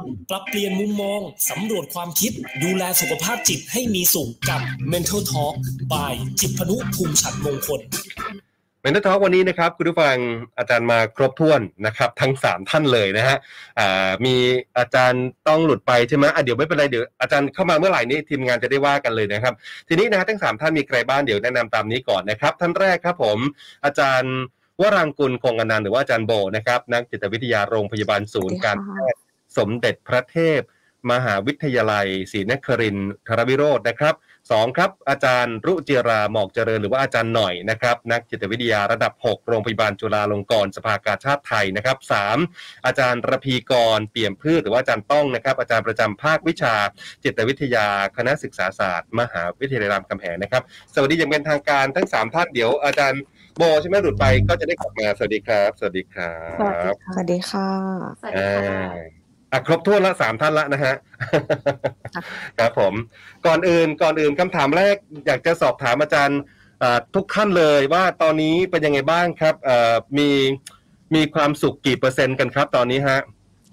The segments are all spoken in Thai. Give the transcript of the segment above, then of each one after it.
ปรับเปลี่ยนมุมมองสำรวจความคิดดูแลสุขภาพจิตให้มีสุขกับ Mental Talk by จิตรพนุภูมิฉัตรมงคล Mental Talk วันนี้นะครับคุณผู้ฟังอาจารย์มาครบถ้วนนะครับทั้ง3ท่านเลยนะฮะมีอาจารย์ต้องหลุดไปใช่ไหมเดี๋ยวไม่เป็นไรเดี๋ยวอาจารย์เข้ามาเมื่อไหร่นี้ทีมงานจะได้ว่ากันเลยนะครับทีนี้นะทั้ง3ท่านมีใครบ้างเดี๋ยวแนะนำตามนี้ก่อนนะครับท่านแรกครับผมอาจารย์วรังกุลคงอนันต์หรือว่าอาจารย์โบนะครับนักจิตวิทยาโรงพยาบาลศูนย์การแพทย์สมเด็จพระเทพมหาวิทยาลัยศรีนครินทรวิโรจน์นะครับ2ครับอาจารย์รุจิราหมอกเจริญหรือว่าอาจารย์หน่อยนะครับนักจิตวิทยาระดับ6โรงพยาบาลจุฬาลงกรณ์สภากาชาดไทยนะครับ3อาจารย์ระพีกรเปี่ยมพืชหรือว่าอาจารย์ต้องนะครับอาจารย์ประจำภาควิชาจิตวิทยาคณะศึกษาศาสตร์มหาวิทยาลัยรามคำแหงนะครับสวัสดีอย่างเป็นทางการทั้ง3ท่านเดี๋ยวอาจารย์โบใช่ไหมหลุดไปก็จะได้กลับมาสวัสดีครับสวัสดีครับสวัสดีค่ะสวัสดีค่ะครบถ้วนละ3ท่านละนะฮะครับผมก่อนอื่นคำถามแรกอยากจะสอบถามอาจารย์ทุกท่านเลยว่าตอนนี้เป็นยังไงบ้างครับมีความสุขกี่เปอร์เซ็นต์กันครับตอนนี้ฮะ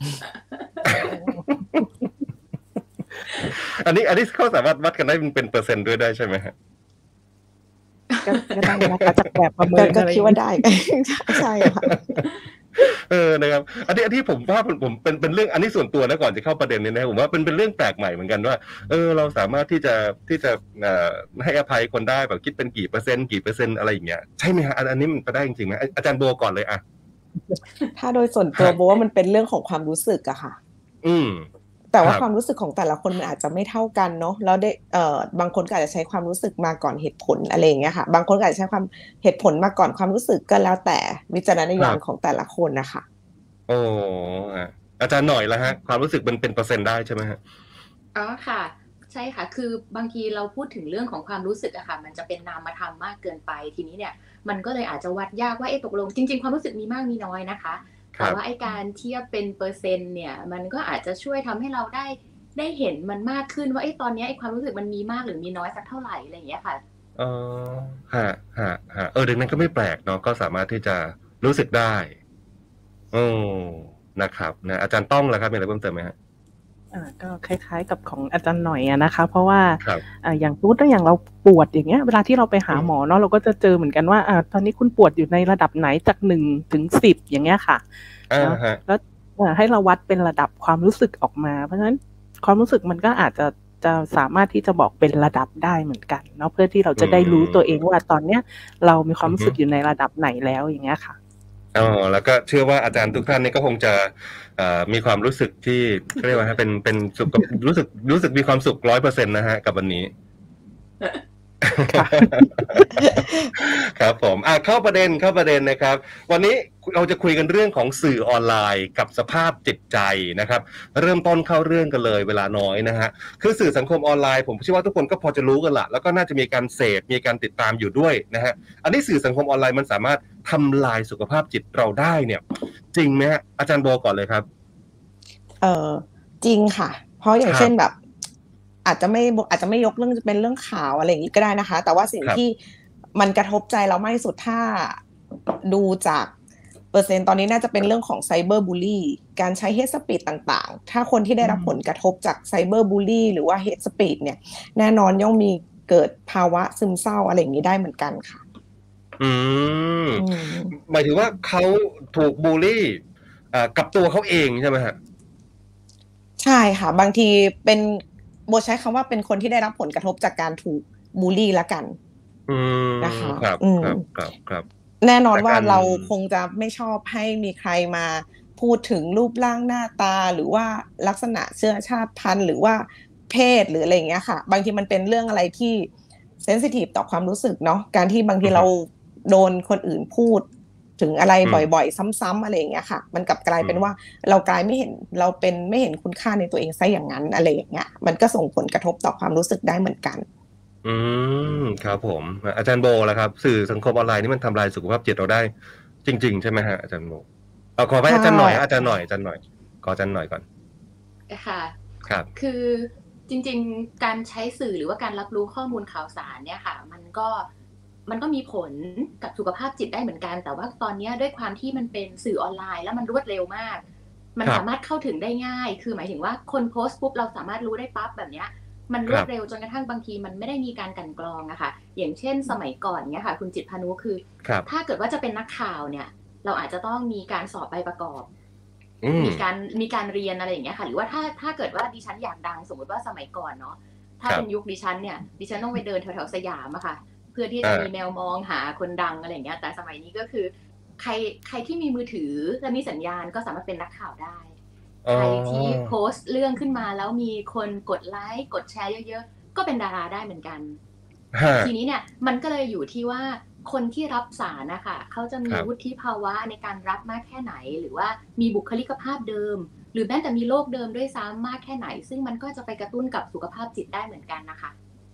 อันนี้เขาสามารถวัดกันได้เป็นเปอร์เซ็นต์ด้วยได้ใช่ไหมฮะก็ได้นะคะจากแบบประเมินก็คิดว่าได้ใช่ค่ะนะครับอันนี้ผมว่าผมเป็นเรื่องอันนี้ส่วนตัวนะก่อนจะเข้าประเด็นนี้นะผมว่าเป็นเรื่องแปลกใหม่เหมือนกันว่าเราสามารถที่จะให้อภัยคนได้แบบคิดเป็นกี่เปอร์เซ็นต์อะไรอย่างเงี้ยใช่ไหมฮะอันนี้มันไปได้จริงๆไหมอาจารย์โบก่อนเลยอะถ้าโดยส่วนตัวโบว่ามันเป็นเรื่องของความรู้สึกอะค่ะแต่ว่าความรู้สึกของแต่ละคนมันอาจจะไม่เท่ากันเนาะแล้วได้บางคนก็อาจจะใช้ความรู้สึกมาก่อนเหตุผลอะไรอย่างเงี้ยค่ะบางคนก็อาจจะใช้ความเหตุผลมาก่อนความรู้สึกก็แล้วแต่วิจารณญาณของแต่ละคนนะคะโอ้อาจารย์หน่อยละฮะความรู้สึกมันเป็นเปอร์เซ็นต์ได้ใช่ไหมฮะอ๋อค่ะใช่ค่ะคือบางทีเราพูดถึงเรื่องของความรู้สึกอะค่ะมันจะเป็นนามธรรมมากเกินไปทีนี้เนี่ยมันก็เลยอาจจะวัดยากว่าตกลงจริงๆความรู้สึกมีมากมีน้อยนะคะแต่ว่าการเทียบเป็นเปอร์เซ็นต์เนี่ยมันก็อาจจะช่วยทำให้เราได้เห็นมันมากขึ้นว่าตอนนี้ความรู้สึกมันมีมากหรือมีน้อยสักเท่าไหร่อะไรอย่างเงี้ยค่ะดังนั้นก็ไม่แปลกเนาะก็สามารถที่จะรู้สึกได้นะครับนะอาจารย์ต้องล่ะครับมีอะไรเพิ่มเติมไหมฮะก็คล้ายๆกับของอาจารย์หน่อยนะคะเพราะว่าอย่างสมมติอย่างเราปวดอย่างเงี้ยเวลาที่เราไปหาหมอเนาะเราก็จะเจอเหมือนกันว่าตอนนี้คุณปวดอยู่ในระดับไหนจาก1 ถึง 10อย่างเงี้ยค่ะแล้วให้เราวัดเป็นระดับความรู้สึกออกมาเพราะฉะนั้นความรู้สึกมันก็อาจจะสามารถที่จะบอกเป็นระดับได้เหมือนกันเนาะเพื่อที่เราจะได้รู้ตัวเองว่าตอนเนี้ยเรามีความรู้สึกอยู่ในระดับไหนแล้วอย่างเงี้ยค่ะแล้วก็เชื่อว่าอาจารย์ทุกท่านนี่ก็คงจะมีความรู้สึกที่เรียกว่าเป็นสุขรู้สึกมีความสุข 100% นะฮะกับวันนี้ครับผมเข้าประเด็นนะครับวันนี้เราจะคุยกันเรื่องของสื่อออนไลน์กับสภาพจิตใจนะครับเริ่มต้นเข้าเรื่องกันเลยเวลาน้อยนะฮะคือสื่อสังคมออนไลน์ผมเชื่อว่าทุกคนก็พอจะรู้กันละแล้วก็น่าจะมีการเสพมีการติดตามอยู่ด้วยนะฮะอันนี้สื่อสังคมออนไลน์มันสามารถทำลายสุขภาพจิตเราได้เนี่ยจริงไหมฮะอาจารย์โบก่อนเลยครับจริงค่ะเพราะอย่างเช่นแบบอาจจะไม่ยกเรื่องจะเป็นเรื่องข่าวอะไรอย่างนี้ก็ได้นะคะแต่ว่าสิ่งที่มันกระทบใจเรามากที่สุดถ้าดูจากเปอร์เซ็นต์ตอนนี้น่าจะเป็นเรื่องของไซเบอร์บูลลี่การใช้เฮทสปีดต่างๆถ้าคนที่ได้รับผลกระทบจากไซเบอร์บูลลี่หรือว่าเฮทสปีดเนี่ยแน่นอนย่อมมีเกิดภาวะซึมเศร้าอะไรอย่างนี้ได้เหมือนกันค่ะหมายถึงว่าเขาถูกบูลลี่กับตัวเขาเองใช่ไหมฮะใช่ค่ะบางทีเป็นโบใช้คำว่าเป็นคนที่ได้รับผลกระทบจากการถูกบูลลี่ละกันนะคะครับแน่นอนว่าเราคงจะไม่ชอบให้มีใครมาพูดถึงรูปร่างหน้าตาหรือว่าลักษณะเชื้อชาติพันธุ์หรือว่าเพศหรืออะไรอย่างเงี้ยค่ะบางทีมันเป็นเรื่องอะไรที่เซนซิทีฟต่อความรู้สึกเนาะการที่บางทีเราโดนคนอื่นพูดถึงอะไรบ่อยๆซ้ำๆอะไรอย่างเงี้ยค่ะมันกลับกลายเป็นว่าเรากลายไม่เห็นคุณค่าในตัวเองซะอย่างนั้นอะไรอย่างเงี้ยมันก็ส่งผลกระทบต่อความรู้สึกได้เหมือนกันครับผมอาจารย์โบล่ะครับสื่อสังคมออนไลน์นี่มันทำลายสุขภาพจิตเราได้จริงๆใช่ไหมฮะอาจารย์โบขอให้อาจารย์หน่อยขออาจารย์หน่อยก่อนค่ะครับคือจริงๆการใช้สื่อหรือว่าการรับรู้ข้อมูลข่าวสารเนี่ยค่ะมันก็มีผลกับสุขภาพจิตได้เหมือนกันแต่ว่าตอนนี้ด้วยความที่มันเป็นสื่อออนไลน์แล้วมันรวดเร็วมากมันสามารถเข้าถึงได้ง่ายคือหมายถึงว่าคนโพสต์ปุ๊บเราสามารถรู้ได้ปั๊บแบบเนี้ยมันรวดเร็วจนกระทั่งบางทีมันไม่ได้มีการกลั่นกรองอะค่ะอย่างเช่นสมัยก่อนเนี้ยค่ะคุณจิตรพานุคือถ้าเกิดว่าจะเป็นนักข่าวเนี่ยเราอาจจะต้องมีการสอบใบประกอบมีการเรียนอะไรอย่างเงี้ยค่ะหรือว่าถ้าเกิดว่าดิฉันอยากดังสมมติว่าสมัยก่อนเนาะถ้าเป็นยุคดิฉันเนี่ยดิฉันต้องไปเดินแถวๆสยามอะค่ะเพื่อที่จะมีแมวมองหาคนดังอะไรอย่างเงี้ยแต่สมัยนี้ก็คือใครที่มีมือถือและมีสัญญาณก็สามารถเป็นนักข่าวได้ใครที่โพสต์เรื่องขึ้นมาแล้วมีคนกดไลค์กดแชร์เยอะๆก็เป็นดาราได้เหมือนกันทีนี้เนี่ยมันก็เลยอยู่ที่ว่าคนที่รับสารนะคะเขาจะมีวุฒิภาวะในการรับมากแค่ไหนหรือว่ามีบุคลิกภาพเดิมหรือแม้แต่มีโรคเดิมด้วยซ้ำมากแค่ไหนซึ่งมันก็จะไปกระตุ้นกับสุขภาพจิตได้เหมือนกันนะคะ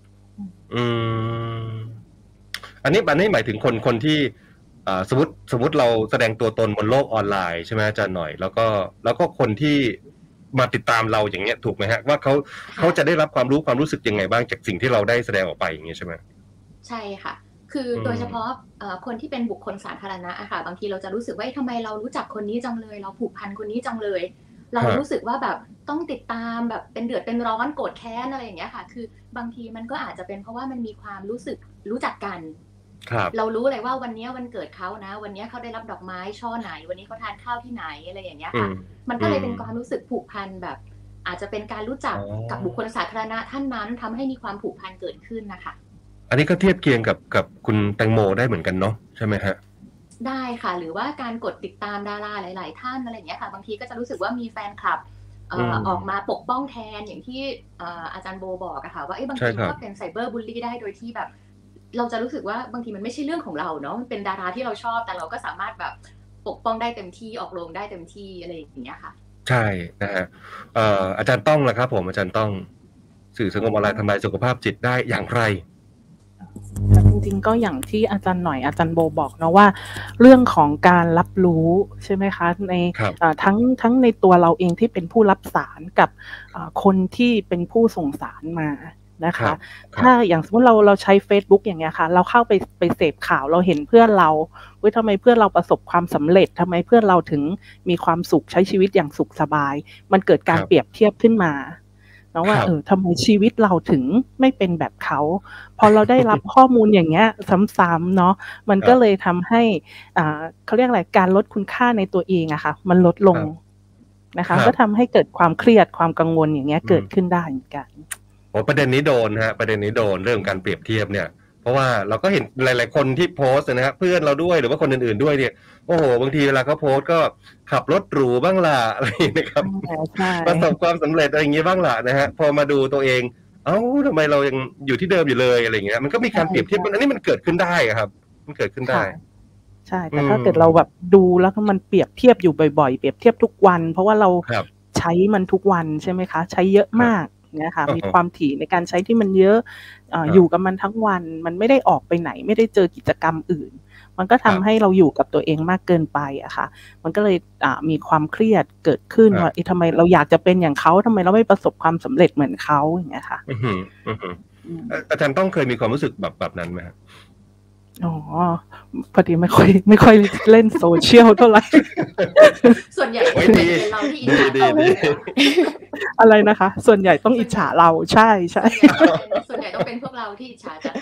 อันนี้หมายถึงคนที่สมมติเราแสดงตัวตนบนโลกออนไลน์ใช่ไหมอาจารย์หน่อยแล้วก็คนที่มาติดตามเราอย่างเงี้ยถูกไหมฮะว่าเขาจะได้รับความรู้สึกยังไงบ้างจากสิ่งที่เราได้แสดงออกไปอย่างเงี้ยใช่ไหมใช่ค่ะคือโดยเฉพาะคนที่เป็นบุคคลสาธารณะอะค่ะบางทีเราจะรู้สึกว่าทำไมเรารู้จักคนนี้จังเลยเราผูกพันคนนี้จังเลยเรารู้สึกว่าแบบต้องติดตามแบบเป็นเดือดเป็นร้อนโกรธแค้นอะไรอย่างเงี้ยค่ะคือบางทีมันก็อาจจะเป็นเพราะว่ามันมีความรู้สึกรู้จักกันเรารู้เลยว่าวันนี้วันเกิดเขานะวันนี้เขาได้รับดอกไม้ช่อไหนวันนี้เขาทานข้าวที่ไหนอะไรอย่างเงี้ยค่ะมันก็เลยเป็นความรู้สึกผูกพันแบบอาจจะเป็นการรู้จักกับบุคคลสาธารณะท่านนั้นทำให้มีความผูกพันเกิดขึ้นนะคะอันนี้ก็เทียบเคียงกับคุณแตงโมได้เหมือนกันเนาะใช่ไหมฮะได้ค่ะหรือว่าการกดติดตามดาราหลายๆท่านอะไรอย่างเงี้ยค่ะบางทีก็จะรู้สึกว่ามีแฟนคลับออกมาปกป้องแทนอย่างที่อาจารย์โบบอกอะค่ะว่าบางทีก็เป็นไซเบอร์บูลลี่ได้โดยที่แบบเราจะรู้สึกว่าบางทีมันไม่ใช่เรื่องของเราเนาะมันเป็นดาราที่เราชอบแต่เราก็สามารถแบบปกป้องได้เต็มที่ออกโรงได้เต็มที่อะไรอย่างเงี้ยค่ะใช่นะฮะอาจารย์ต้องล่ะครับผมอาจารย์ต้องสื่อสังคมออนไลน์ทำลายสุขภาพจิตได้อย่างไรจริงๆก็อย่างที่อาจารย์หน่อยอาจารย์โบบอกเนาะว่าเรื่องของการรับรู้ใช่ไหมคะในทั้งในตัวเราเองที่เป็นผู้รับสารกับคนที่เป็นผู้ส่งสารมานะคะถ้าอย่างสมมติเราใช้ Facebook อย่างเงี้ยค่ะเราเข้าไปเสพข่าวเราเห็นเพื่อนเราทำไมเพื่อนเราประสบความสำเร็จทำไมเพื่อนเราถึงมีความสุขใช้ชีวิตอย่างสุขสบายมันเกิดการเปรียบเทียบขึ้นมานะว่าทำไมชีวิตเราถึงไม่เป็นแบบเขาพอเราได้รับข้อมูลอย่างเงี้ยซ้ำๆเนาะมันก็เลยทำให้เขาเรียกอะไรการลดคุณค่าในตัวเองอะค่ะมันลดลงนะคะก็ทำให้เกิดความเครียดความกังวลอย่างเงี้ยเกิดขึ้นได้เหมือนกันประเด็นนี้โดนฮะประเด็นนี้โดนเรื่องการเปรียบเทียบเนี่ยเพราะว่าเราก็เห็นหลายๆคนที่โพสต์นะฮะเพื่อนเราด้วยหรือว่าคนอื่นๆด้วยเนี่ยโอ้โหบางทีเวลาเขาโพสต์ก็ขับรถหรูบ้างล่ะอะไรนะครับประสบความสำเร็จอะไรอย่างเงี้ยบ้างล่ะนะฮะพอมาดูตัวเองทำไมเรายังอยู่ที่เดิมอยู่เลยอะไรอย่างเงี้ยมันก็มีการเปรียบเทียบอันนี้มันเกิดขึ้นได้ครับมันเกิดขึ้นได้ใช่แต่ถ้าเกิดเราแบบดูแล้วมันเปรียบเทียบอยู่บ่อยๆเปรียบเทียบทุกวันเพราะว่าเราใช้มันทุกวันใช่ไหมคะใช้เยอะมากเนี่ยค่ะมีความถี่ในการใช้ที่มันเยอะอยู่กับมันทั้งวันมันไม่ได้ออกไปไหนไม่ได้เจอกิจกรรมอื่นมันก็ทำให้เราอยู่กับตัวเองมากเกินไปอะค่ะมันก็เลยมีความเครียดเกิดขึ้นว่าทำไมเราอยากจะเป็นอย่างเขาทำไมเราไม่ประสบความสำเร็จเหมือนเขาอย่างเงี้ยค่ะอาจารย์ต้องเคยมีความรู้สึกแบบนั้นไหมอ๋อพอดีไม่ค่อยเล่นโซเชียลเท่าไหร่ส่วนใหญ่เป็นเราที่อิจฉาอะไรนะคะส่วนใหญ่ต้องอิจฉาเราใช่ส่วนใหญ่ต้องเป็นพวกเราที่อิจฉาจัด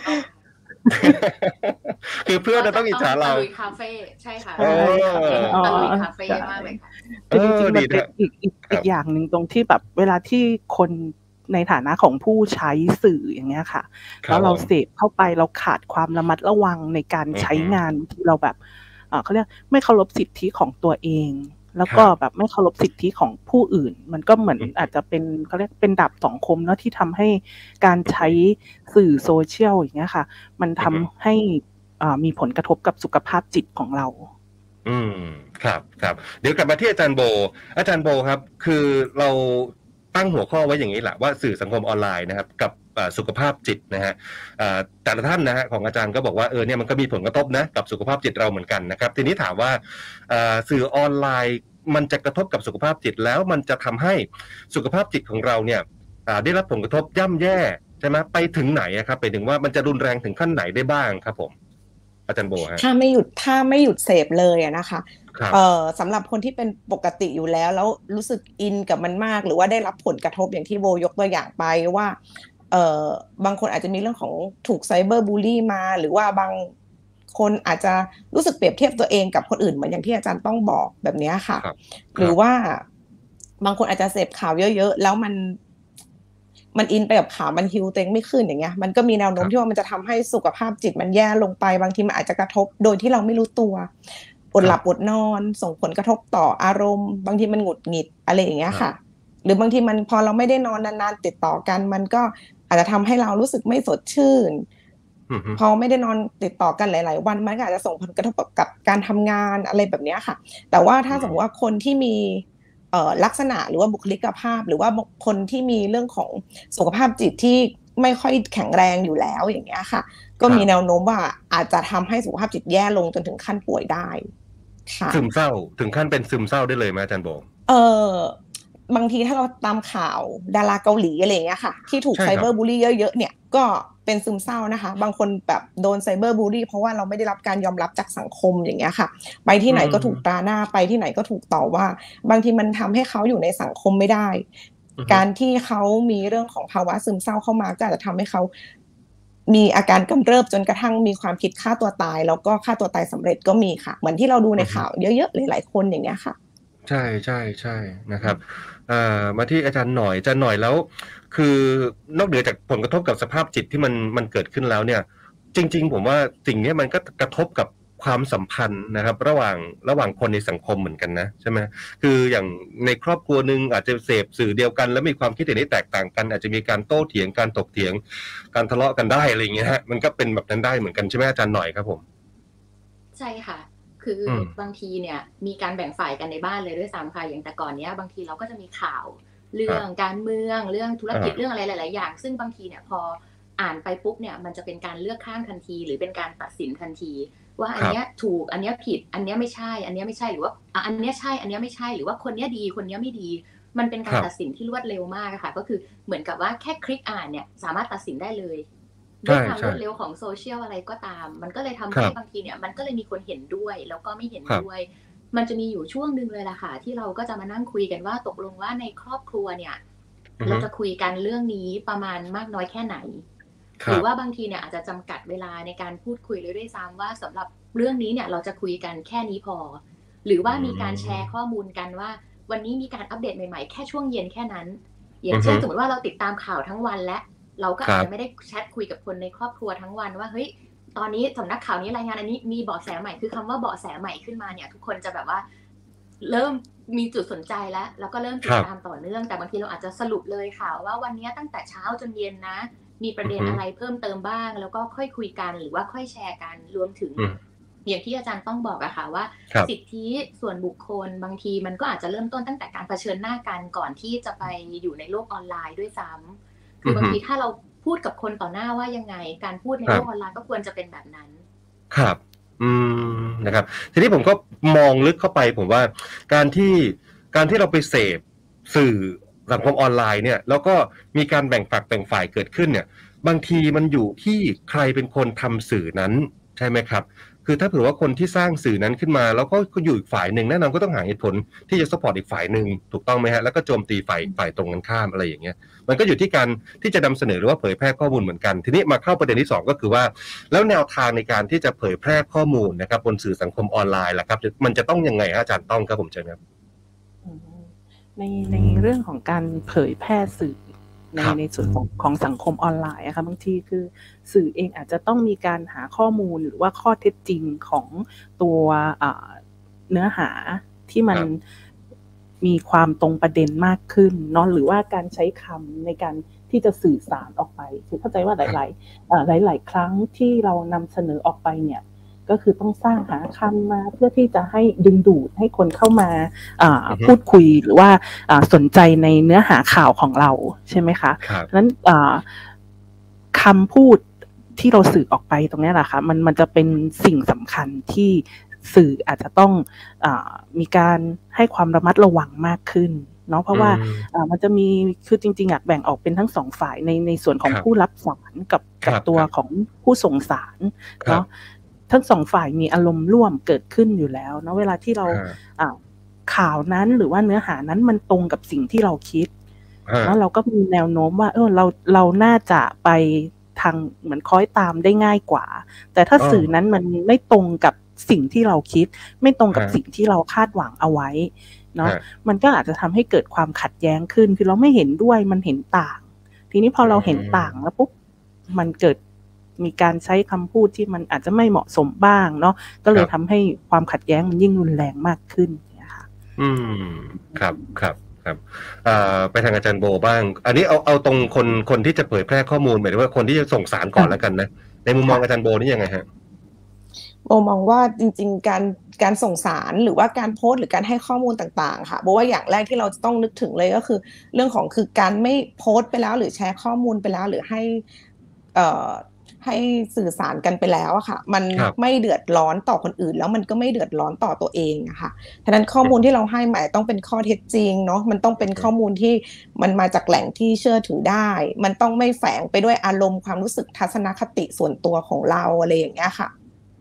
คือเพื่อนจะต้องอิจฉาเราตะลุยคาเฟ่ใช่ค่ะตะลุยคาเฟ่มากเลยค่ะจริงๆมันเป็นอีกอย่างหนึ่งตรงที่แบบเวลาที่คนในฐานะของผู้ใช้สื่ออย่างเงี้ยค่ะแล้วเราเสพเข้าไปเราขาดความระมัดระวังในการใช้งานที่เราแบบเขาเรียกไม่เคารพสิทธิของตัวเองแล้วก็แบบไม่เคารพสิทธิของผู้อื่นมันก็เหมือนอาจจะเป็นเขาเรียกเป็นดาบสองคมเนาะที่ทำให้การใช้สื่อโซเชียลอย่างเงี้ยค่ะมันทำให้มีผลกระทบกับสุขภาพจิตของเราครับเดี๋ยวกลับมาที่อาจารย์โบครับคือเราตั้งหัวข้อไว้อย่างนี้แหละว่าสื่อสังคมออนไลน์นะครับกับสุขภาพจิตนะฮะแต่ละท่านนะฮะของอาจารย์ก็บอกว่าเนี่ยมันก็มีผลกระทบนะกับสุขภาพจิตเราเหมือนกันนะครับทีนี้ถามว่าสื่อออนไลน์มันจะกระทบกับสุขภาพจิตแล้วมันจะทำให้สุขภาพจิตของเราเนี่ยได้รับผลกระทบย่ำแย่ใช่ไหมไปถึงไหนครับไปถึงว่ามันจะรุนแรงถึงขั้นไหนได้บ้างครับผมอาจารย์โบฮะถ้าไม่หยุดเสพเลยนะคะสำหรับคนที่เป็นปกติอยู่แล้วรู้สึกอินกับมันมากหรือว่าได้รับผลกระทบอย่างที่โบยกตัวอย่างไปว่าบางคนอาจจะมีเรื่องของถูกไซเบอร์บูลลี่มาหรือว่าบางคนอาจจะรู้สึกเปรียบเทียบตัวเองกับคนอื่นเหมือนอย่างที่อาจารย์ต้องบอกแบบนี้ค่ะหรือว่าบางคนอาจจะเสพข่าวเยอะๆแล้วมันอินไปกับข่าวมันฮีลตัวเองไม่ขึ้นอย่างเงี้ยมันก็มีแนวโน้มที่ว่ามันจะทำให้สุขภาพจิตมันแย่ลงไปบางทีมันอาจจะกระทบโดยที่เราไม่รู้ตัวอดหลับอดนอนส่งผลกระทบต่ออารมณ์บางทีมันหงุดหงิดอะไรอย่างเงี้ยค่ะหรือบางทีมันพอเราไม่ได้นอนนานๆติดต่อกันมันก็อาจจะทำให้เรารู้สึกไม่สดชื่นพอไม่ได้นอนติดต่อกันหลายๆวันมันก็อาจจะส่งผลกระทบกับการทำงานอะไรแบบนี้ค่ะแต่ว่าถ้าสมมติว่าคนที่มีลักษณะหรือว่าบุคลิกภาพหรือว่าคนที่มีเรื่องของสุขภาพจิตที่ไม่ค่อยแข็งแรงอยู่แล้วอย่างเงี้ยค่ะก็มีแนวโน้มว่าอาจจะทำให้สุขภาพจิตแย่ลงจนถึงขั้นป่วยได้ค่ะซึมเศร้าถึงขั้นเป็นซึมเศร้าได้เลยไหมอาจารย์โบบางทีถ้าเราตามข่าวดาราเกาหลีอะไรอย่างเงี้ยค่ะที่ถูกไซเบอร์บูลลี่เยอะๆเนี่ยก็เป็นซึมเศร้านะคะบางคนแบบโดนไซเบอร์บูลลี่เพราะว่าเราไม่ได้รับการยอมรับจากสังคมอย่างเงี้ยค่ะไปที่ไหนก็ถูกตราหน้าไปที่ไหนก็ถูกต่อว่าบางทีมันทำให้เขาอยู่ในสังคมไม่ได้การที่เขามีเรื่องของภาวะซึมเศร้าเข้ามาก็อาจจะทำให้เขามีอาการกำเริบจนกระทั่งมีความคิดฆ่าตัวตายแล้วก็ฆ่าตัวตายสำเร็จก็มีค่ะเหมือนที่เราดูในข่าวเยอะๆหลายๆคนอย่างเงี้ยค่ะใช่ใช่ใช่นะครับมาที่อาจารย์หน่อยแล้วคือนอกเหนือจากผลกระทบกับสภาพจิตที่มันเกิดขึ้นแล้วเนี่ยจริงๆผมว่าสิ่งนี้มันก็กระทบกับความสัมพันธ์นะครับระหว่างคนในสังคมเหมือนกันนะใช่ไหมคืออย่างในครอบครัวนึงอาจจะเสพสื่อเดียวกันแล้วมีความคิดเห็นที่แตกต่างกันอาจจะมีการโต้เถียงการถกเถียงการทะเลาะกันได้อะไรอย่างเงี้ยฮะมันก็เป็นแบบนั้นได้เหมือนกันใช่ไหมอาจารย์หน่อยครับผมใช่ค่ะคือบางทีเนี่ยมีการแบ่งฝ่ายกันในบ้านเลยด้วยซ้ำค่ะอย่างแต่ก่อนเนี้ยบางทีเราก็จะมีข่าวเรื่องการเมืองเรื่องธุรกิจเรื่องอะไรหลายๆอย่างซึ่งบางทีเนี่ยพออ่านไปปุ๊บเนี่ยมันจะเป็นการเลือกข้างทันทีหรือเป็นการตัดสินทันทีว่าอันเนี้ยถูกอันเนี้ยผิดอันเนี้ยไม่ใช่อันเนี้ยไม่ใช่หรือว่าอันเนี้ยใช่อันเนี้ยไม่ใช่หรือว่าคนเนี้ยดีคนเนี้ยไม่ดีมันเป็นการตัดสินที่รวดเร็วมากค่ะก็คือเหมือนกับว่าแค่คลิกอ่านเนี่ยสามารถตัดสินได้เลยด้วยความรวดเร็วของโซเชียลอะไรก็ตามมันก็เลยทำให้บางทีเนี่ยมันก็เลยมีคนเห็นด้วยแล้วก็ไม่เห็นด้วยมันจะมีอยู่ช่วงนึงเลยล่ะค่ะที่เราก็จะมานั่งคุยกันว่าตกลงว่าในครอบครัวเนี่ยเราจะคุยกันเรื่องนี้ประมาณมากน้อยแค่ไหนหรือว่าบางทีเนี่ยอาจจะจำกัดเวลาในการพูดคุยเลยด้วยซ้ำว่าสำหรับเรื่องนี้เนี่ยเราจะคุยกันแค่นี้พอหรือว่ามีการแชร์ข้อมูลกันว่าวันนี้มีการอัปเดตใหม่ๆแค่ช่วงเย็นแค่นั้นอย่างเช่นสมมติว่าเราติดตามข่าวทั้งวันและเราก็อาจจะไม่ได้แชทคุยกับคนในครอบครัวทั้งวันว่าเฮ้ยตอนนี้สำนักข่าวนี้รายงานอันนี้มีเบาะแสใหม่คือคำว่าเบาะแสใหม่ขึ้นมาเนี่ยทุกคนจะแบบว่าเริ่มมีจุดสนใจแล้วก็เริ่มติดตามต่อเนื่องแต่บางทีเราอาจจะสรุปเลยค่ะว่าวันนี้ตั้งแต่เช้าจนเย็นนะมีประเด็นอะไรเพิ่มเติมบ้างแล้วก็ค่อยคุยกันหรือว่าค่อยแชร์กันรวมถึงอย่างที่อาจารย์ต้องบอกอะค่ะว่าสิทธิส่วนบุคคลบางทีมันก็อาจจะเริ่มต้นตั้งแต่การเผชิญหน้ากันก่อนที่จะไปอยู่ในโลกออนไลน์ด้วยซ้ำคือบางทีถ้าเราพูดกับคนต่อหน้าว่ายังไงการพูดในโลกออนไลน์ก็ควรจะเป็นแบบนั้นครับนะครับทีนี้ผมก็มองลึกเข้าไปผมว่าการที่เราไปเสพสื่อสังคมออนไลน์เนี่ยแล้วก็มีการแบ่งฝักแบ่งฝ่ายเกิดขึ้นเนี่ยบางทีมันอยู่ที่ใครเป็นคนทำสื่อนั้นใช่ไหมครับคือถ้าเผื่อว่าคนที่สร้างสื่อนั้นขึ้นมาแล้วก็อยู่อีกฝ่ายหนึ่งแน่นอนก็ต้องหาเหตุผลที่จะซัพพอร์ตอีกฝ่ายหนึ่งถูกต้องไหมฮะแล้วก็โจมตีฝ่ายตรงกันข้ามอะไรอย่างเงี้ยมันก็อยู่ที่การที่จะนำเสนอหรือว่าเผยแพร่ข้อมูลเหมือนกันทีนี้มาเข้าประเด็นที่2ก็คือว่าแล้วแนวทางในการที่จะเผยแพร่ข้อมูลนะครับบนสื่อสังคมออนไลน์ล่ะครับมันจะต้องยังไงอาจารย์ต้องครับผมเชิญครับในเรื่องของการเผยแพร่สื่อในส่วนของสังคมออนไลน์นะคะบางทีคือสื่อเองอาจจะต้องมีการหาข้อมูลหรือว่าข้อเท็จจริงของตัวเนื้อหาที่มันมีความตรงประเด็นมากขึ้นเนาะหรือว่าการใช้คำในการที่จะสื่อสารออกไปคือเข้าใจว่าหลายครั้งที่เรานำเสนอออกไปเนี่ยก็คือต้องสร้างหาคำมาเพื่อที่จะให้ดึงดูดให้คนเข้ามาพูดคุยหรือว่าสนใจในเนื้อหาข่าวของเราใช่ไหมคะนั้นคำพูดที่เราสื่อออกไปตรงนี้แหละค่ะมันจะเป็นสิ่งสำคัญที่สื่ออาจจะต้องมีการให้ความระมัดระวังมากขึ้นเนาะเพราะว่ามันจะมีคือจริงๆอยากแบ่งออกเป็นทั้งสองฝ่ายในส่วนของผู้รับสารกับตัวของผู้ส่งสารเนาะทั้งสองฝ่ายมีอารมณ์ร่วมเกิดขึ้นอยู่แล้วเนาะเวลาที่เราข่าวนั้นหรือว่าเนื้อหานั้นมันตรงกับสิ่งที่เราคิดแล้วเราก็มีแนวโน้มว่าเราน่าจะไปทางเหมือนคล้อยตามได้ง่ายกว่าแต่ถ้าสื่อนั้นมันไม่ตรงกับสิ่งที่เราคิดไม่ตรงกับสิ่งที่เราคาดหวังเอาไว้เนาะมันก็อาจจะทำให้เกิดความขัดแย้งขึ้นคือเราไม่เห็นด้วยมันเห็นต่างทีนี้พอเราเห็นต่างแล้วปุ๊บมันเกิดมีการใช้คำพูดที่มันอาจจะไม่เหมาะสมบ้างเนาะก็เลยทำให้ความขัดแย้งมันยิ่งรุนแรงมากขึ้นนะคะครับไปทางอาจารย์โบบ้างอันนี้เอาตรงคนที่จะเผยแพร่ข้อมูลหมายถึงว่าคนที่จะส่งสารก่อนแล้วกันนะในมุมมองอาจารย์โบนี่ยังไงฮะโบมองว่าจริงๆการส่งสารหรือว่าการโพสต์หรือการให้ข้อมูลต่างๆค่ะโบว่าอย่างแรกที่เราจะต้องนึกถึงเลยก็คือเรื่องของคือการไม่โพสต์ไปแล้วหรือแชร์ข้อมูลไปแล้วหรือให้สื่อสารกันไปแล้วอะค่ะมันไม่เดือดร้อนต่อคนอื่นแล้วมันก็ไม่เดือดร้อนต่อตัวเองอะค่ะฉะนั้นข้อมูลที่เราให้หมายต้องเป็นข้อเท็จจริงเนาะมันต้องเป็นข้อมูลที่มันมาจากแหล่งที่เชื่อถือได้มันต้องไม่แฝงไปด้วยอารมณ์ความรู้สึกทัศนคติส่วนตัวของเราอะไรอย่างเงี้ยค่ะ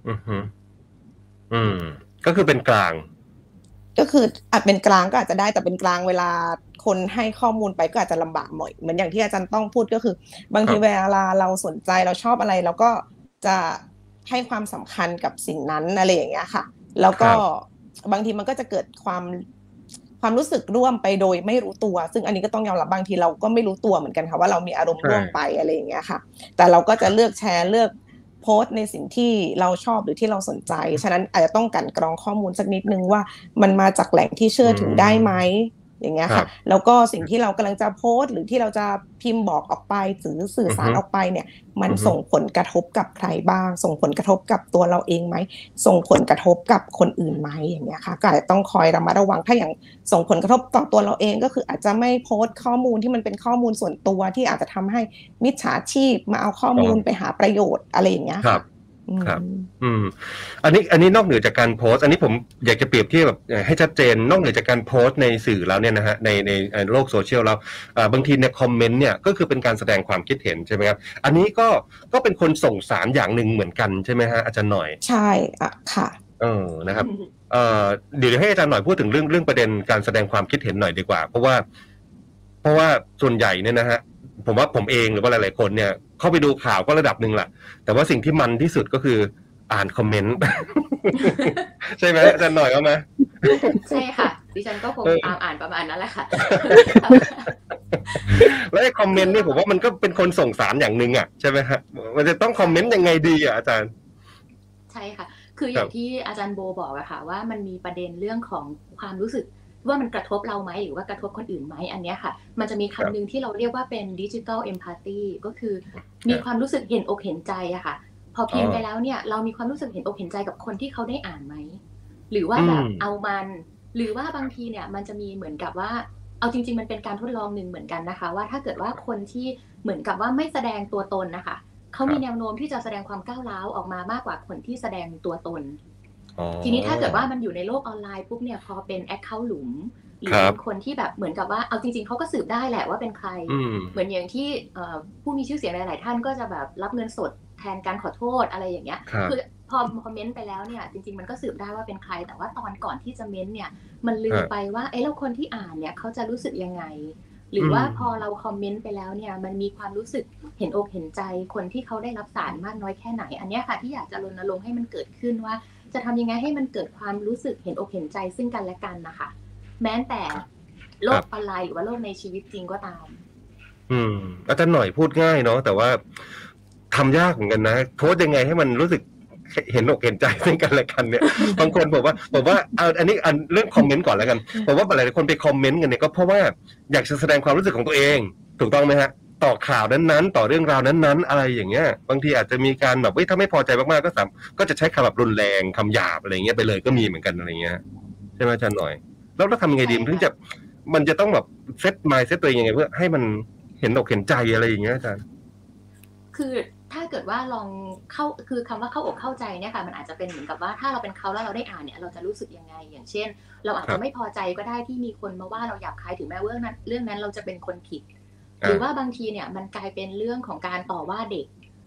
ก็คือเป็นกลางก็คืออาจเป็นกลางก็อาจจะได้แต่เป็นกลางเวลาคนให้ข้อมูลไปก็อาจจะลำบากหน่อยเหมือนอย่างที่อาจารย์ต้องพูดก็คือบางทีเวลาเราสนใจเราชอบอะไรเราก็จะให้ความสำคัญกับสิ่งนั้นอะไรอย่างเงี้ยค่ะแล้วก็บางทีมันก็จะเกิดความรู้สึกร่วมไปโดยไม่รู้ตัวซึ่งอันนี้ก็ต้องยอมรับบางทีเราก็ไม่รู้ตัวเหมือนกันค่ะว่าเรามีอารมณ์ร่วมไปอะไรอย่างเงี้ยค่ะแต่เราก็จะเลือกแชร์เลือกโพสต์ในสิ่งที่เราชอบหรือที่เราสนใจฉะนั้นอาจจะต้องกลั่นกรองข้อมูลสักนิดนึงว่ามันมาจากแหล่งที่เชื่อถือได้ไหมอย่างเงี้ยค่ะแล้วก็สิ่งที่เรากำลังจะโพสต์หรือที่เราจะพิมพ์บอกออกไปหรือสื่อสารออกไปเนี่ยมันส่งผลกระทบกับใครบ้างส่งผลกระทบกับตัวเราเองไหมส่งผลกระทบกับคนอื่นไหมอย่างเงี้ยค่ะก็อาจจะต้องคอยระมัดระวังถ้าอย่างส่งผลกระทบต่อตัวเราเองก็คืออาจจะไม่โพสต์ข้อมูลที่มันเป็นข้อมูลส่วนตัวที่อาจจะทำให้มิจฉาชีพมาเอาข้อมูลไปหาประโยชน์อะไรอย่างเงี้ยครับอันนี้นอกเหนือจากการโพสต์อันนี้ผมอยากจะเปรียบเทียบแบบให้ชัดเจนนอกเหนือจากการโพสต์ในสื่อแล้วเนี่ยนะฮะในโลกโซเชียลแล้วบางทีในคอมเมนต์เนี่ยก็คือเป็นการแสดงความคิดเห็นใช่ไหมครับอันนี้ก็เป็นคนส่งสารอย่างหนึ่งเหมือนกันใช่ไหมฮะอาจารย์หน่อยใช่ค่ะนะครับเดี๋ยวให้อาจารย์หน่อยพูดถึงเรื่องประเด็นการแสดงความคิดเห็นหน่อยดีกว่าเพราะว่าส่วนใหญ่เนี่ยนะฮะผมว่าผมเองหรือว่าหลายๆคนเนี่ยเข้าไปดูข่าวก็ระดับหนึ่งแหละแต่ว่าสิ่งที่มันที่สุดก็คืออ่านคอมเมนต์ใช่ไหมอาจารย์หน่อยเอาไหมใช่ค่ะดิฉันก็คงตามอ่านประมาณนั้นแหละค่ะแล้วไอ้คอมเมนต์นี่ผมว่ามันก็เป็นคนส่งสารอย่างนึงอ่ะใช่ไหมฮะมันจะต้องคอมเมนต์ยังไงดีอ่ะอาจารย์ใช่ค่ะคืออย่างที่อาจารย์โบบอกอะค่ะว่ามันมีประเด็นเรื่องของความรู้สึกว่ามันกระทบเราไหมหรือว่ากระทบคนอื่นไหมอันนี้ค่ะมันจะมีคำนึงที่เราเรียกว่าเป็นดิจิทัลเอมพาธีก็คือมีความรู้สึกเห็นอกเห็นใจอะค่ะพอพิมพ์ไปแล้วเนี่ยเรามีความรู้สึกเห็นอกเห็นใจกับคนที่เขาได้อ่านไหมหรือว่าแบบเอามันหรือว่าบางทีเนี่ยมันจะมีเหมือนกับว่าเอาจริงๆมันเป็นการทดลองหนึ่งเหมือนกันนะคะว่าถ้าเกิดว่าคนที่เหมือนกับว่าไม่แสดงตัวตนนะคะเขามีแนวโน้มที่จะแสดงความก้าวร้าวออกมามากกว่าคนที่แสดงตัวตนทีนี้ถ้าเกิดว่ามันอยู่ในโลกออนไลน์ปุ๊บเนี่ยพอเป็นแอคเคาท์หลุมหรือเป็นคนที่แบบเหมือนกับว่าเอาจริงๆเขาก็สืบได้แหละว่าเป็นใครเหมือนอย่างที่ผู้มีชื่อเสียงหลายๆท่านก็จะแบบรับเงินสดแทนการขอโทษอะไรอย่างเงี้ยคือพอคอมเมนต์ไปแล้วเนี่ยจริงๆมันก็สืบได้ว่าเป็นใครแต่ว่าตอนก่อนที่จะเม้นเนี่ยมันลืมไปว่าแล้วคนที่อ่านเนี่ยเขาจะรู้สึกยังไงหรือว่าพอเราคอมเมนต์ไปแล้วเนี่ยมันมีความรู้สึกเห็นอกเห็นใจคนที่เขาได้รับสารมากน้อยแค่ไหนอันนี้ค่ะที่อยากจะรณรงค์ให้มันเกิดขึ้นว่าจะทำยังไงให้มันเกิดความรู้สึกเห็นอกเห็นใจซึ่งกันและกันนะคะแม้แต่โลกออนไลน์หรือว่าโลกในชีวิตจริงก็ตามอาจารย์หน่อยพูดง่ายเนาะแต่ว่าทำยากเหมือนกันนะโพสยังไงให้มันรู้สึกเห็นอกเห็นใจซึ่งกันและกันเนี่ยบางคนบอกว่าเอาอันนี้เรื่องคอมเมนต์ก่อนแล้วกันบอกว่าหลายคนไปคอมเมนต์กันเนี่ยก็เพราะว่าอยากจะแสดงความรู้สึกของตัวเองถูกต้องไหมฮะต่อข่าวนั้นๆต่อเรื่องราวนั้นๆอะไรอย่างเงี้ยบางทีอาจจะมีการแบบถ้าไม่พอใจมากๆก็จะใช้คำแบบรุนแรงคำหยาบอะไรเงี้ยไปเลยก็มีเหมือนกันอะไรเงี้ยใช่ไหมอาจารย์หน่อยแล้วเราทำยังไงดีมันจะต้องแบบเซตมายเซตตัวเองยังไงเพื่อให้มันเห็นอกเห็นใจอะไรอย่างเงี้ยอาจารย์คือถ้าเกิดว่าลองเข้าคือคำว่าเข้าอกเข้าใจเนี่ยค่ะมันอาจจะเป็นเหมือนกับว่าถ้าเราเป็นเขาแล้วเราได้อ่านเนี่ยเราจะรู้สึกยังไงอย่างเช่นเราอาจจะไม่พอใจก็ได้ที่มีคนมาว่าเราหยาบคายถึงแม้ว่าเรื่องนั้นเราจะเป็นคนผิดหรือว่าบางทีเนี่ยมันกลายเป็นเรื่องของการต่อว่าเด็ก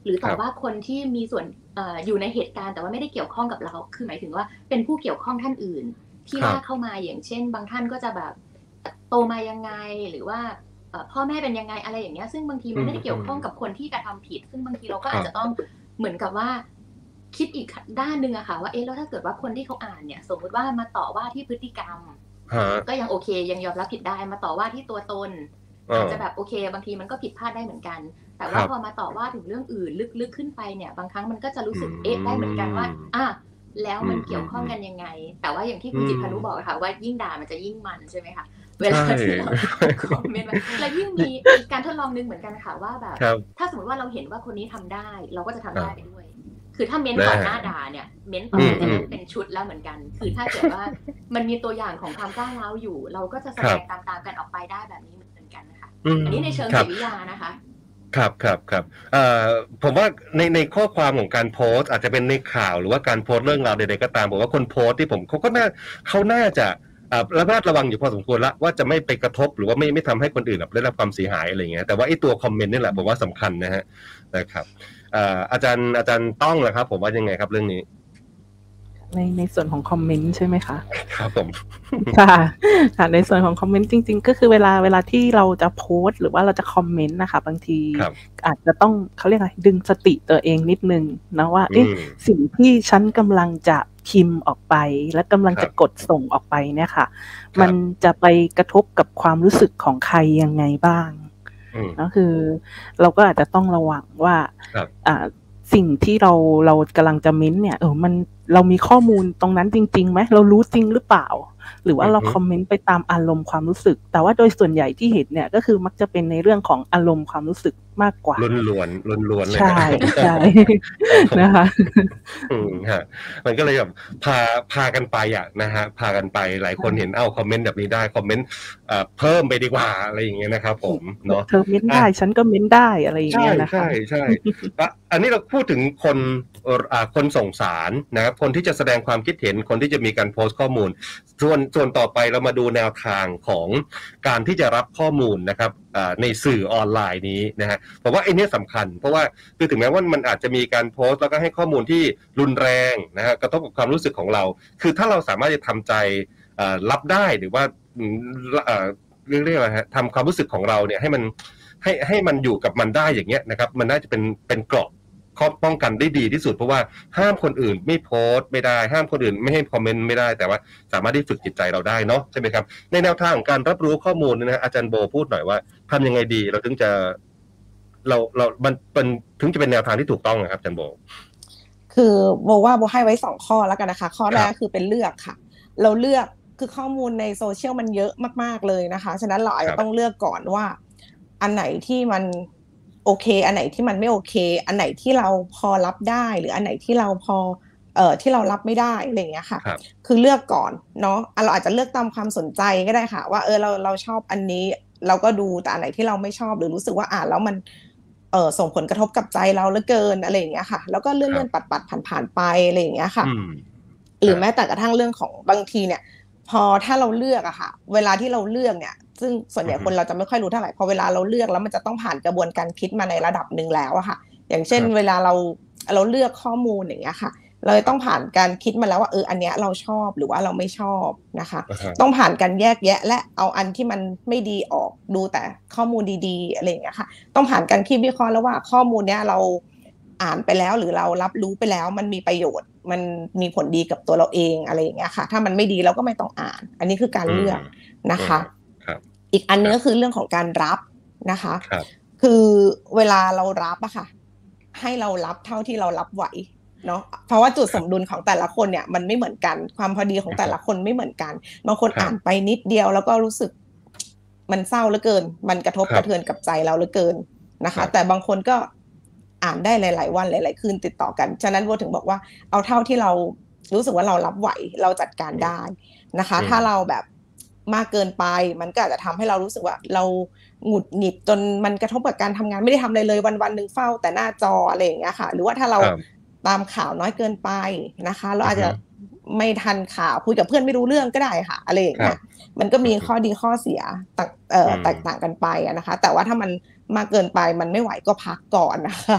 หรือต่อว่าคนที่มีส่วนอยู่ในเหตุการณ์แต่ว่าไม่ได้เกี่ยวข้องกับเราคือหมายถึงว่าเป็นผู้เกี่ยวข้องท่านอื่นที่ลากเข้ามาอย่างเช่นบางท่านก็จะแบบโตมายังไงหรือว่าพ่อแม่เป็นยังไงอะไรอย่างเงี้ยซึ่งบางทีมันไม่ได้เกี่ยวข้องกับคนที่กระทำผิดซึ่งบางทีเราก็อาจจะต้องเหมือนกับว่าคิดอีกด้านนึงอะค่ะว่าแล้วถ้าเกิดว่าคนที่เขาอ่านเนี่ยสมมติว่ามาต่อว่าที่พฤติกรรมก็ยังโอเคยังยอมรับผิดได้มาต่อว่าที่ตัวตนอาจจะแบบโอเคบางทีมันก็ผิดพลาดได้เหมือนกันแต่ว่าพอมาต่อว่าถึงเรื่องอื่นลึกๆขึ้นไปเนี่ยบางครั้งมันก็จะรู้สึกได้เหมือนกันว่าแล้วมันเกี่ยวข้องกันยังไงแต่ว่าอย่างที่คุณจิตพานุบอกค่ะว่ายิ่งด่ามันจะยิ่งมันใช่ไหมคะเวลาที่เราคอมเมนต์แล้วยิ่งมีการทดลองนึงเหมือนกันค่ะว่าแบบถ้าสมมติว่าเราเห็นว่าคนนี้ทำได้เราก็จะทำได้ไปด้วยคือถ้าเม้นก่อนหน้าด่าเนี่ยเม้นต่อจะเป็นชุดแล้วเหมือนกันคือถ้าเกิดว่ามันมีตัวอย่างของความก้าวร้าวอยู่เราก็จะแสดงตามๆกันออกไปได้แบบนี้เหมือนกันนะคะอันนี้ในเชิงจิตวิทยานะคะครับผมว่าในข้อความของการโพสต์อาจจะเป็นในข่าวหรือว่าการโพสต์เรื่องราวใดๆก็ตามผมว่าคนโพสต์ที่เขาน่าจะระมัดระวังอยู่พอสมควรละว่าจะไม่ไปกระทบหรือว่าไม่ทำให้คนอื่นได้รับความเสียหายอะไรอย่างเงี้ยแต่ว่าไอ้ตัวคอมเมนต์นี่แหละผมว่าสำคัญนะครับอาจารย์ต้องเหรอครับผมว่ายังไงครับเรื่องนี้ในส่วนของคอมเมนต์ใช่ไหมคะครับผมค่ะในส่วนของคอมเมนต์จริงๆก็คือเวลาที่เราจะโพสต์หรือว่าเราจะคอมเมนต์นะคะบางทีอาจจะต้องเขาเรียกอะไรดึงสติตัวเองนิดนึงนะว่าสิ่งที่ฉันกำลังจะพิมพ์ออกไปและกำลังจะกดส่งออกไปเนี่ยค่ะมันจะไปกระทบกับความรู้สึกของใครยังไงบ้างก็คือเราก็อาจจะต้องระวังว่าสิ่งที่เรากำลังจะเม้นเนี่ยมันเรามีข้อมูลตรงนั้นจริงๆไหมเรารู้จริงหรือเปล่าหรือว่าเราคอมเมนต์ไปตามอารมณ์ความรู้สึกแต่ว่าโดยส่วนใหญ่ที่เห็นเนี่ยก็คือมักจะเป็นในเรื่องของอารมณ์ความรู้สึกมากกว่าล้วนเลยใช่นะคะมันก็เลยแบบพากันไปนะฮะพากันไปหลายคนเห็นคอมเมนต์แบบนี้ได้คอมเมนต์เพิ่มไปดีกว่าอะไรอย่างเงี้ยนะครับผมเนาะเธอเม้นได้ฉันก็เม้นได้อะไรอย่างเงี้ยนะคะใช่อันนี้เราพูดถึงคนส่งสารนะครับคนที่จะแสดงความคิดเห็นคนที่จะมีการโพสต์ข้อมูลส่วนต่อไปเรามาดูแนวทางของการที่จะรับข้อมูลนะครับในสื่อออนไลน์นี้นะฮะผมว่าไอ้นี่สำคัญเพราะว่าคือถึงแม้ว่ามันอาจจะมีการโพสต์แล้วก็ให้ข้อมูลที่รุนแรงนะฮะกระทบกับความรู้สึกของเราคือถ้าเราสามารถจะทำใจรับได้หรือว่าเรียกว่าทำความรู้สึกของเราเนี่ยให้มันอยู่กับมันได้อย่างเงี้ยนะครับมันน่าจะเป็นเกราะป้องกันได้ดีที่สุดเพราะว่าห้ามคนอื่นไม่โพสต์ไม่ได้ห้ามคนอื่นไม่ให้คอมเมนต์ไม่ได้แต่ว่าสามารถที่ฝึกจิตใจเราได้เนาะใช่ไหมครับในแนวทางของการรับรู้ข้อมูลนะอาจารย์โบพูดหน่อยว่าทำยังไงดีเราถึงจะมันเป็นถึงจะเป็นแนวทางที่ถูกต้องนะครับอาจารย์โบคือโบว่าโบให้ไว้2ข้อแล้วกันนะคะข้อแรกคือเป็นเลือกค่ะเราเลือกคือข้อมูลในโซเชียลมันเยอะมากๆเลยนะคะฉะนั้นเราอาจจะต้องเลือกก่อนว่าอันไหนที่มันโอเคอันไหนที่มันไม่โอเคอันไหนที่เราพอรับได้หรืออันไหนที่เราพอที่เรารับไม่ได้อะไรอย่างเงี้ยค่ะคือเลือกก่อนเนาะเราอาจจะเลือกตามความสนใจก็ได้ค่ะว่าเราชอบอันนี้เราก็ดูแต่อันไหนที่เราไม่ชอบหรือรู้สึกว่าแล้วมันส่งผลกระทบกับใจเราเหลือเกินอะไรอย่างเงี้ยค่ะแล้วก็เลื่อนปัดผ่านไปอะไรอย่างเงี้ยค่ะหรือแม้แต่กระทั่งเรื่องของบางทีเนี่ยพอถ้าเราเลือกอะค่ะเวลาที่เราเลือกเนี่ยซึ่งส่วนใหญ่คนเราจะไม่ค่อยรู้เท่าไหร่พอเวลาเราเลือกแล้วมันจะต้องผ่านกระบวนการคิดมาในระดับนึงแล้วอะค่ะอย่างเช่นเวลาเราเลือกข้อมูลอย่างเงี้ยค่ะเราต้องผ่านการคิดมาแล้วว่าอันเนี้ยเราชอบหรือว่าเราไม่ชอบนะคะต้องผ่านการแยกแยะและเอาอันที่มันไม่ดีออกดูแต่ข้อมูลดีๆอะไรอย่างเงี้ยค่ะต้องผ่านการคิดวิเคราะห์แล้วว่าข้อมูลเนี้ยเราอ่านไปแล้วหรือเรารับรู้ไปแล้วมันมีประโยชน์มันมีผลดีกับตัวเราเองอะไรอย่างเงี้ยค่ะถ้ามันไม่ดีเราก็ไม่ต้องอ่านอันนี้คือการเลือกนะคะอีกอันนึงก็คือเรื่องของการรับนะคะคือเวลาเรารับอะค่ะให้เรารับเท่าที่เรารับไหวเนาะเพราะว่าจุดสมดุลของแต่ละคนเนี่ยมันไม่เหมือนกันความพอดีของแต่ละคนไม่เหมือนกันบางคนอ่านไปนิดเดียวแล้วก็รู้สึกมันเศร้าเหลือเกินมันกระทบกระเทือนกับใจเราเหลือเกินนะคะแต่บางคนก็อ่านได้หลายๆวันหลายๆคืนติดต่อกันฉะนั้นโบถึงบอกว่าเอาเท่าที่เรารู้สึกว่าเรารับไหวเราจัดการได้นะคะถ้าเราแบบมากเกินไปมันก็อาจจะทำให้เรารู้สึกว่าเราหงุดหงิดจนมันกระทบกับการทำงานไม่ได้ทำอะไรเลยวันๆนึงเฝ้าแต่หน้าจออะไรอย่างเงี้ยค่ะหรือว่าถ้าเราตามข่าวน้อยเกินไปนะคะเราอาจจะไม่ทันข่าวคุยกับเพื่อนไม่รู้เรื่องก็ได้ค่ะอะไรอย่างเงี้ยมันก็มีข้อดีข้อเสียแตกต่างกันไปนะคะแต่ว่าถ้ามันมากเกินไปมันไม่ไหวก็พักก่อนนะคะ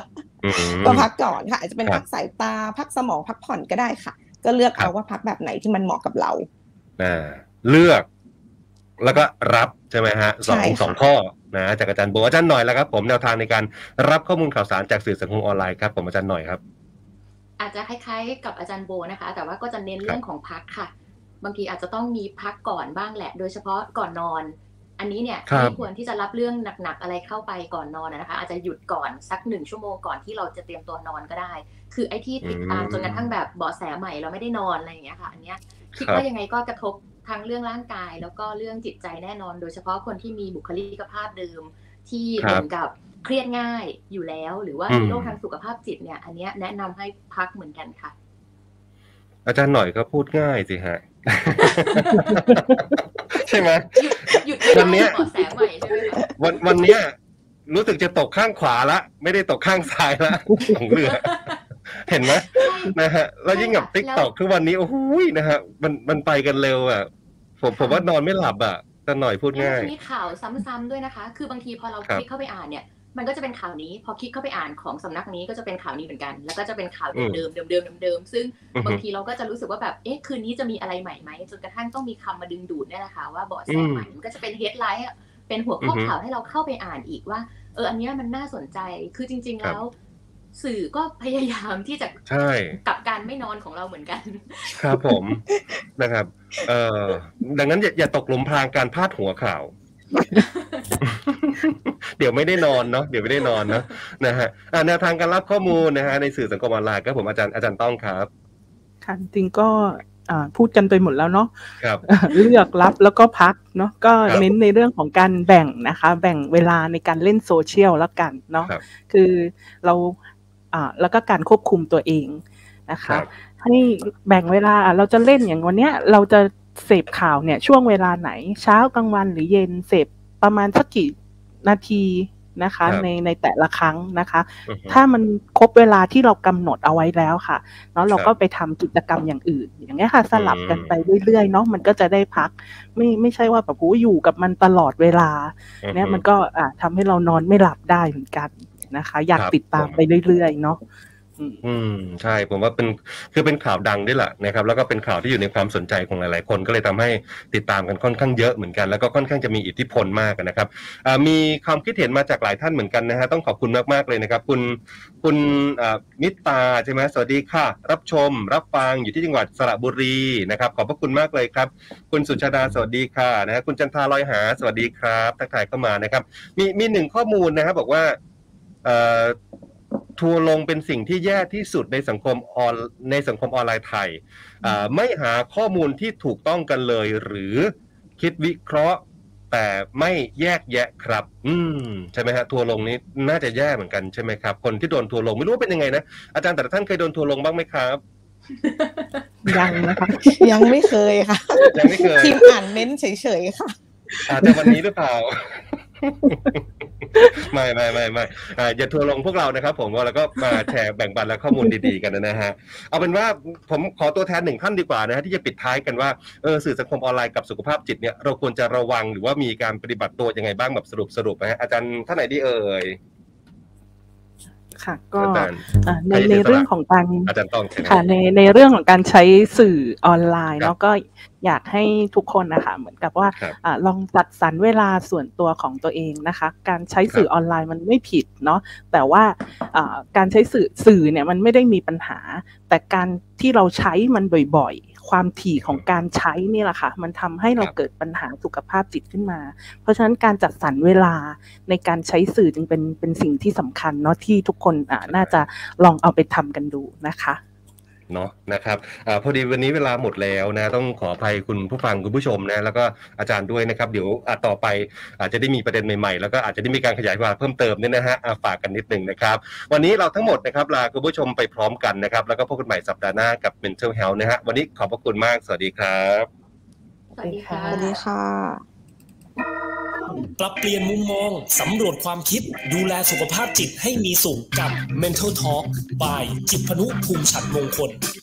ก็พักก่อนค่ะอาจจะเป็นพักสายตาพักสมองพักผ่อนก็ได้ค่ะก็เลือกเอาว่าพักแบบไหนที่มันเหมาะกับเราเลือกแล้วก็รับใช่ไหมฮะสองข้อนะจากอาจารย์โบอาจารย์หน่อยแล้วครับผมแนวทางในการรับข้อมูลข่าวสารจากสื่อสังคมออนไลน์ครับผมอาจารย์หน่อยครับอาจจะคล้ายๆกับอาจารย์โบนะคะแต่ว่าก็จะเน้นเรื่องของพักค่ะบางทีอาจจะต้องมีพักก่อนบ้างแหละโดยเฉพาะก่อนนอนอันนี้เนี่ยไม่ควรที่จะรับเรื่องหนักๆอะไรเข้าไปก่อนนอนนะคะอาจจะหยุดก่อนสัก1 ชั่วโมงก่อนที่เราจะเตรียมตัวนอนก็ได้คือไอ้ที่ติดตามจนกระทั่งแบบเบาะแสใหม่เราไม่ได้นอนอะไรอย่างเงี้ยค่ะอันเนี้ยคิดว่ายังไงก็กระทบทั้งเรื่องร่างกายแล้วก็เรื่องจิตใจแน่นอนโดยเฉพาะคนที่มีบุคลิกภาพเดิมที่เหมือนกับเครียดง่ายอยู่แล้วหรือว่ามีโรคทางสุขภาพจิตเนี่ยอันเนี้ยแนะนำให้พักเหมือนกันค่ะอาจารย์หน่อยก็พูดง่ายสิฮะ ใช่ไหมหยุดวันนี้เบาะแสใหม่ใช่ไหมคะวันนี้รู้สึกจะตกข้างขวาละไม่ได้ตกข้างซ้ายละของเรือเห็นไหมนะฮะแล้วยิ่งกับ TikTok ทุกวันนี้โอ้โหนะฮะมันไปกันเร็วอ่ะผมว่านอนไม่หลับอ่ะแต่หน่อยพูดง่ายมีข่าวซ้ำๆด้วยนะคะคือบางทีพอเราคลิกเข้าไปอ่านเนี่ยมันก็จะเป็นข่าวนี้พอคลิกเข้าไปอ่านของสำนักนี้ก็จะเป็นข่าวนี้เหมือนกันแล้วก็จะเป็นข่าวเดิมซึ่งบางทีเราก็จะรู้สึกว่าแบบคืนนี้จะมีอะไรใหม่ไหมจนกระทั่งต้องมีคำมาดึงดูดเนี่ยแหละค่ะว่าเบาะแสใหม่มันก็จะเป็นเฮดไลน์เป็นหัวข้อข่าวให้เราเข้าไปอ่านอีกว่าอันนี้มันน่าสนใจคือจริงๆแล้วสื่อก็พยายามที่จะกับการไม่นอนของเราเหมือนกันครับผมนะครับดังนั้นอย่าตกหลุมพรางการพาดหัวข่าวเดี๋ยวไม่ได้นอนเนาะนะฮะแนวทางการรับข้อมูลนะฮะในสื่อสังคมออนไลน์ก็ผมอาจารย์ต้องครับค่ะจริงก็พูดกันไปหมดแล้วเนาะเลือกรับแล้วก็พักเนาะก็เน้นในเรื่องของการแบ่งนะคะแบ่งเวลาในการเล่นโซเชียลแล้วกันเนาะคือเราแล้วก็การควบคุมตัวเองนะคะให้แบ่งเวลาเราจะเล่นอย่างวันเนี้ยเราจะเสพข่าวเนี่ยช่วงเวลาไหนเช้ากลางวันหรือเย็นเสพประมาณสักกี่นาทีนะคะในแต่ละครั้งนะคะถ้ามันครบเวลาที่เรากำหนดเอาไว้แล้วค่ะเนาะเราก็ไปทำกิจกรรมอย่างอื่นอย่างเงี้ยค่ะสลับกันไปเรื่อยๆเนาะมันก็จะได้พักไม่ใช่ว่าแบบอยู่กับมันตลอดเวลาเนี่ยมันก็ทำให้เรานอนไม่หลับได้เหมือนกันนะคะอยากติดตามไปเรื่อยๆเนาะใช่ผมว่าเป็นข่าวดังด้วยแหละนะครับแล้วก็เป็นข่าวที่อยู่ในความสนใจของหลายๆคนก็เลยทำให้ติดตามกันค่อนข้างเยอะเหมือนกันแล้วก็ค่อนข้างจะมีอิทธิพลมากนะครับมีความคิดเห็นมาจากหลายท่านเหมือนกันนะฮะต้องขอบคุณมากๆเลยนะครับคุณมิตาใช่ไหมสวัสดีค่ะรับชมรับฟังอยู่ที่จังหวัดสระบุรีนะครับขอบพระคุณมากเลยครับคุณสุชาดาสวัสดีค่ะนะฮะคุณจันทราลอยหาสวัสดีครับทักทายเข้ามานะครับมีหนึ่งข้อมูลนะครับบอกว่าทัวร์ลงเป็นสิ่งที่แย่ที่สุดในสังคมออนไลน์ไทยไม่หาข้อมูลที่ถูกต้องกันเลยหรือคิดวิเคราะห์แต่ไม่แยกแยะครับใช่ไหมฮะทัวร์ลงนี้น่าจะแย่เหมือนกันใช่ไหมครับคนที่โดนทัวร์ลงไม่รู้ว่าเป็นยังไงนะอาจารย์แต่ละท่านเคยโดนทัวร์ลงบ้างไหมครับยังนะคะยังไม่เคยค่ะยังไม่เคยทีมอ่านเม้นเฉยๆค่ะแต่วันนี้หรือเปล่าไม่อย่าทัวร์ลงพวกเรานะครับผมว่าแล้วก็มาแชร์แบ่งปันและข้อมูลดีๆกันนะฮะเอาเป็นว่าผมขอตัวแทนหนึ่งท่านดีกว่านะฮะที่จะปิดท้ายกันว่าสื่อสังคมออนไลน์กับสุขภาพจิตเนี่ยเราควรจะระวังหรือว่ามีการปฏิบัติตัวยังไงบ้างแบบสรุปนะฮะอาจารย์ท่านไหนดีเอ่ยค่ะก็ในเรื่องของการอาจารย์ต้องค่ะในเรื่องของการใช้สื่อออนไลน์แล้วก็อยากให้ทุกคนนะคะเหมือนกับว่าลองจัดสรรเวลาส่วนตัวของตัวเองนะคะการใช้สื่อออนไลน์มันไม่ผิดเนาะแต่ว่าการใช้สื่อเนี่ยมันไม่ได้มีปัญหาแต่การที่เราใช้มันบ่อยๆความถี่ของการใช้นี่แหละค่ะมันทำให้เราเกิดปัญหาสุขภาพจิตขึ้นมาเพราะฉะนั้นการจัดสรรเวลาในการใช้สื่อจึงเป็นสิ่งที่สำคัญเนาะที่ทุกคนน่าจะลองเอาไปทำกันดูนะคะเนาะนะครับพอดีวันนี้เวลาหมดแล้วนะต้องขออภัยคุณผู้ฟังคุณผู้ชมนะแล้วก็อาจารย์ด้วยนะครับเดี๋ยวต่อไปอาจจะได้มีประเด็นใหม่ๆแล้วก็อาจจะได้มีการขยายความเพิ่มเติมเนี่ยนะฮะฝากกันนิดนึงนะครับวันนี้เราทั้งหมดนะครับลาคุณผู้ชมไปพร้อมกันนะครับแล้วก็พบกันใหม่สัปดาห์หน้ากับ Mental Health นะฮะวันนี้ขอบพระคุณมากสวัสดีครับสวัสดีค่ะสวัสดีค่ะปรับเปลี่ยนมุมมองสำรวจความคิดดูแลสุขภาพจิตให้มีสุขกับ Mental Talk by จิตพนุภูมิฉัตรมงคล